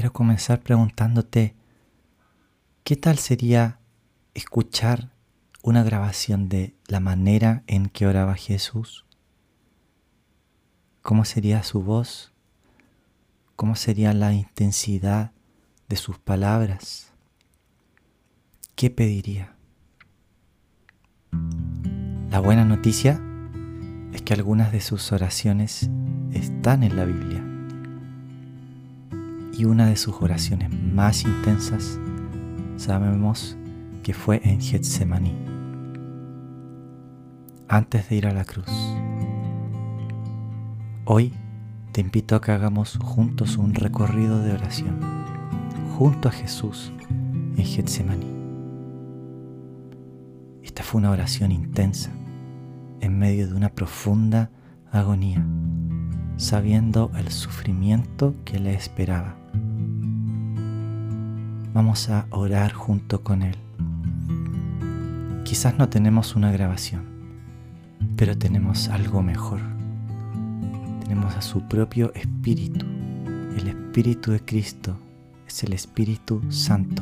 quiero comenzar preguntándote, ¿qué tal sería escuchar una grabación de la manera en que oraba Jesús? ¿Cómo sería su voz? ¿Cómo sería la intensidad de sus palabras? ¿Qué pediría? La buena noticia es que algunas de sus oraciones están en la Biblia. Y una de sus oraciones más intensas sabemos que fue en Getsemaní, antes de ir a la cruz. Hoy te invito a que hagamos juntos un recorrido de oración, junto a Jesús en Getsemaní. Esta fue una oración intensa, en medio de una profunda agonía, sabiendo el sufrimiento que le esperaba. Vamos a orar junto con Él. Quizás no tenemos una grabación, pero tenemos algo mejor. Tenemos a su propio Espíritu. El Espíritu de Cristo es el Espíritu Santo.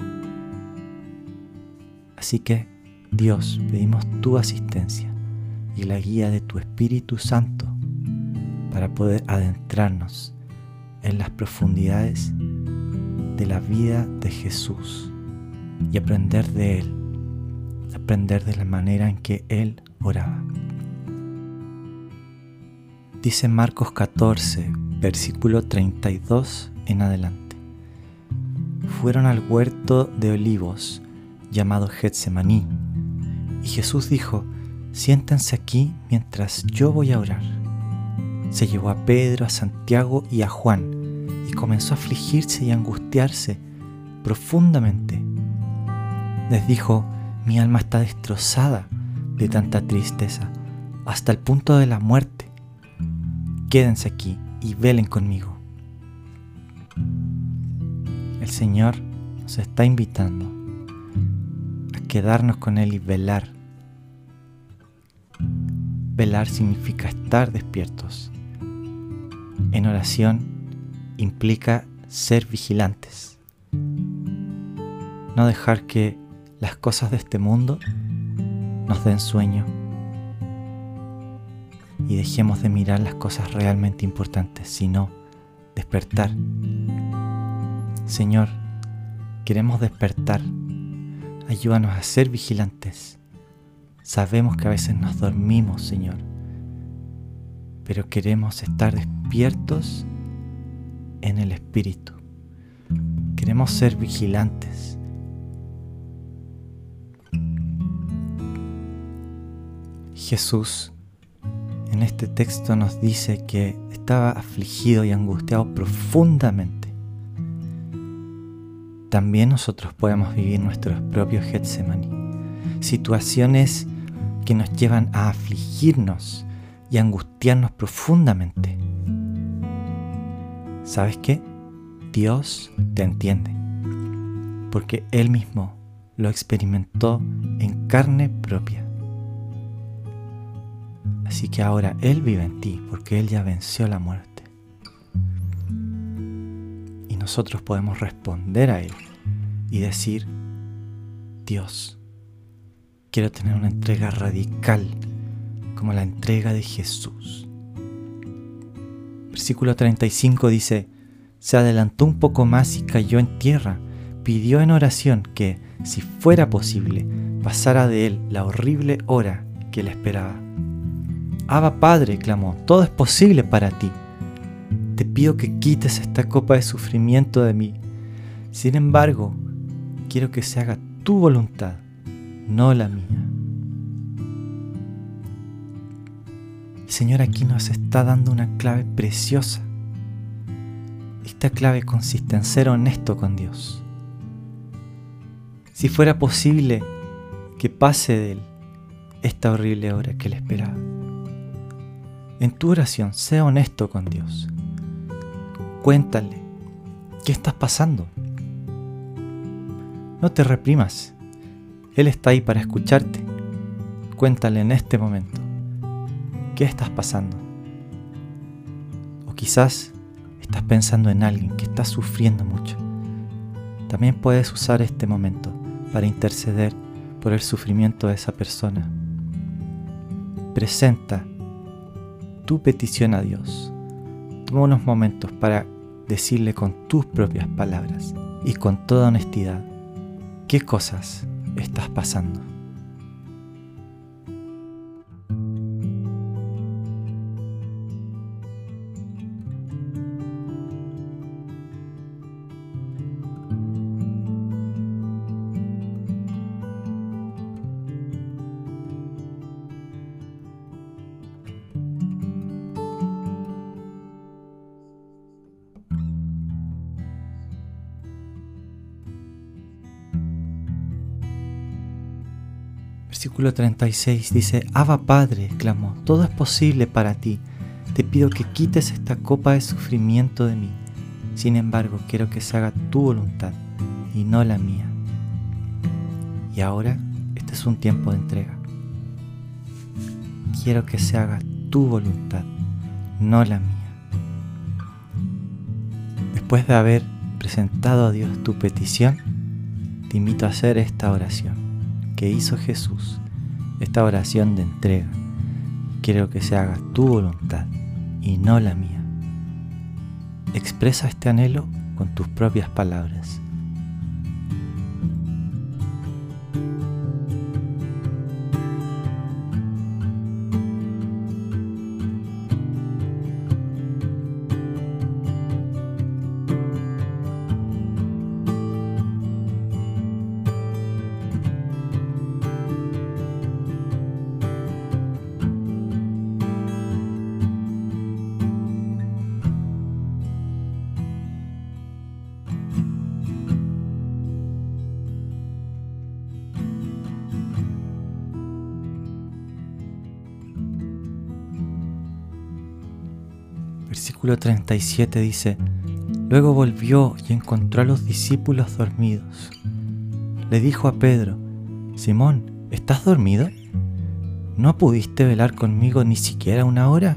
Así que, Dios, pedimos tu asistencia y la guía de tu Espíritu Santo para poder adentrarnos en las profundidades de la vida de Jesús y aprender de Él, aprender de la manera en que Él oraba. Dice Marcos 14, versículo 32 en adelante. Fueron al huerto de olivos llamado Getsemaní, y Jesús dijo: siéntense aquí mientras yo voy a orar. Se llevó a Pedro, a Santiago y a Juan, y comenzó a afligirse y a angustiarse profundamente. Les dijo: mi alma está destrozada de tanta tristeza, hasta el punto de la muerte. Quédense aquí y velen conmigo. El Señor nos está invitando a quedarnos con Él y velar. Velar significa estar despiertos. En oración implica ser vigilantes. No dejar que las cosas de este mundo nos den sueño y dejemos de mirar las cosas realmente importantes, sino despertar. Señor, queremos despertar. Ayúdanos a ser vigilantes. Sabemos que a veces nos dormimos, Señor, pero queremos estar despiertos en el Espíritu. Queremos ser vigilantes. Jesús en este texto nos dice que estaba afligido y angustiado profundamente. También nosotros podemos vivir nuestros propios Getsemaní, situaciones que nos llevan a afligirnos y angustiarnos profundamente. ¿Sabes qué? Dios te entiende, porque Él mismo lo experimentó en carne propia. Así que ahora Él vive en ti, porque Él ya venció la muerte. Y nosotros podemos responder a Él y decir: Dios, quiero tener una entrega radical como la entrega de Jesús. Versículo 35 dice: se adelantó un poco más y cayó en tierra. Pidió en oración que, si fuera posible, pasara de él la horrible hora que le esperaba. Abba, Padre, clamó, todo es posible para ti. Te pido que quites esta copa de sufrimiento de mí. Sin embargo, quiero que se haga tu voluntad, no la mía. El Señor aquí nos está dando una clave preciosa. Esta clave consiste en ser honesto con Dios. Si fuera posible que pase de Él esta horrible hora que le esperaba. En tu oración, sé honesto con Dios. Cuéntale, ¿qué estás pasando? No te reprimas. Él está ahí para escucharte. Cuéntale en este momento, ¿qué estás pasando? O quizás estás pensando en alguien que está sufriendo mucho, también puedes usar este momento para interceder por el sufrimiento de esa persona. Presenta tu petición a Dios. Toma unos momentos para decirle con tus propias palabras y con toda honestidad qué cosas estás pasando. Versículo 36 dice: Abba Padre, exclamó, todo es posible para ti. Te pido que quites esta copa de sufrimiento de mí. Sin embargo, quiero que se haga tu voluntad y no la mía. Y ahora, este es un tiempo de entrega. Quiero que se haga tu voluntad, no la mía. Después de haber presentado a Dios tu petición, te invito a hacer esta oración que hizo Jesús, esta oración de entrega. Quiero que se haga tu voluntad y no la mía. Expresa este anhelo con tus propias palabras. Versículo 37 dice: Luego volvió y encontró a los discípulos dormidos. Le dijo a Pedro: Simón, ¿estás dormido? ¿No pudiste velar conmigo ni siquiera una hora?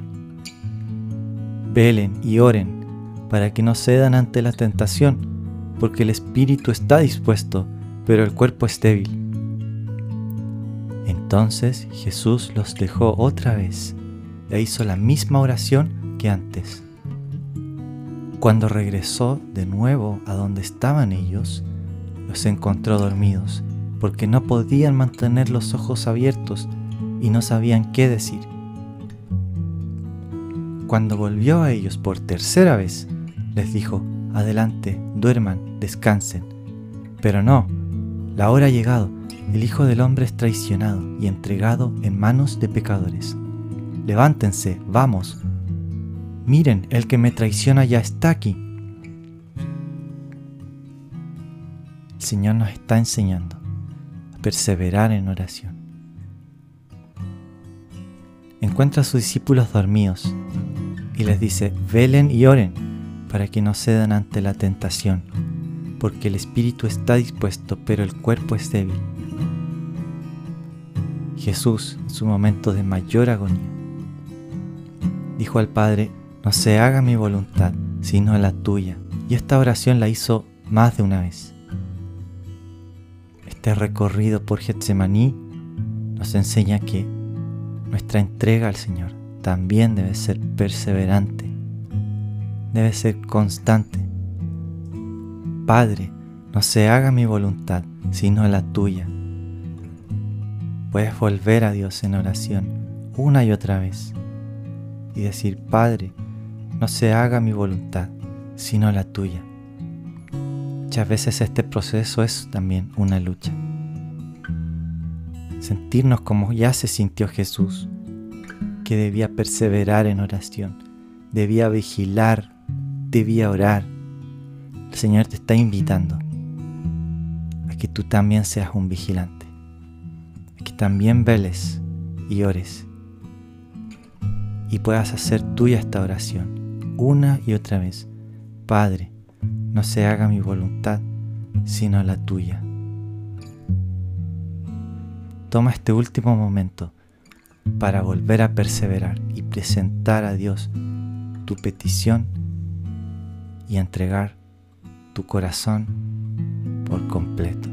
Velen y oren para que no cedan ante la tentación, porque el espíritu está dispuesto, pero el cuerpo es débil. Entonces Jesús los dejó otra vez e hizo la misma oración que antes. Cuando regresó de nuevo a donde estaban ellos, los encontró dormidos, porque no podían mantener los ojos abiertos y no sabían qué decir. Cuando volvió a ellos por tercera vez, les dijo: Adelante, duerman, descansen. Pero no, la hora ha llegado, el Hijo del Hombre es traicionado y entregado en manos de pecadores. Levántense, vamos. Miren, el que me traiciona ya está aquí. El Señor nos está enseñando a perseverar en oración. Encuentra a sus discípulos dormidos y les dice: velen y oren para que no cedan ante la tentación, porque el espíritu está dispuesto, pero el cuerpo es débil. Jesús, en su momento de mayor agonía, dijo al Padre: no se haga mi voluntad, sino la tuya. Y esta oración la hizo más de una vez. Este recorrido por Getsemaní nos enseña que nuestra entrega al Señor también debe ser perseverante, debe ser constante. Padre, no se haga mi voluntad, sino la tuya. Puedes volver a Dios en oración una y otra vez y decir: Padre, no se haga mi voluntad, sino la tuya. Muchas veces este proceso es también una lucha. Sentirnos como ya se sintió Jesús, que debía perseverar en oración, debía vigilar, debía orar. El Señor te está invitando a que tú también seas un vigilante, a que también veles y ores y puedas hacer tuya esta oración una y otra vez. Padre, no se haga mi voluntad, sino la tuya. Toma este último momento para volver a perseverar y presentar a Dios tu petición y entregar tu corazón por completo.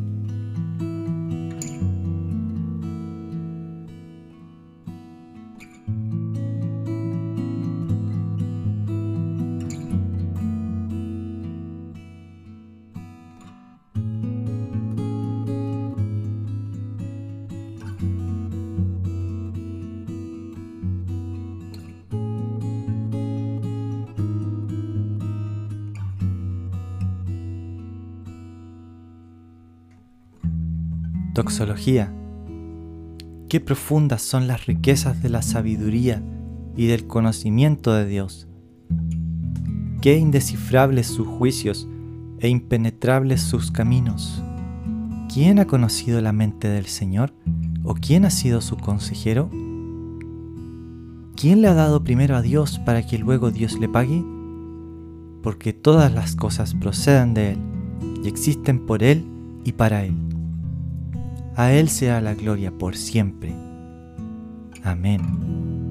Doxología. Qué profundas son las riquezas de la sabiduría y del conocimiento de Dios. Qué indescifrables sus juicios e impenetrables sus caminos. ¿Quién ha conocido la mente del Señor? ¿O quién ha sido su consejero? ¿Quién le ha dado primero a Dios para que luego Dios le pague? Porque todas las cosas proceden de Él y existen por Él y para Él. A Él sea la gloria por siempre. Amén.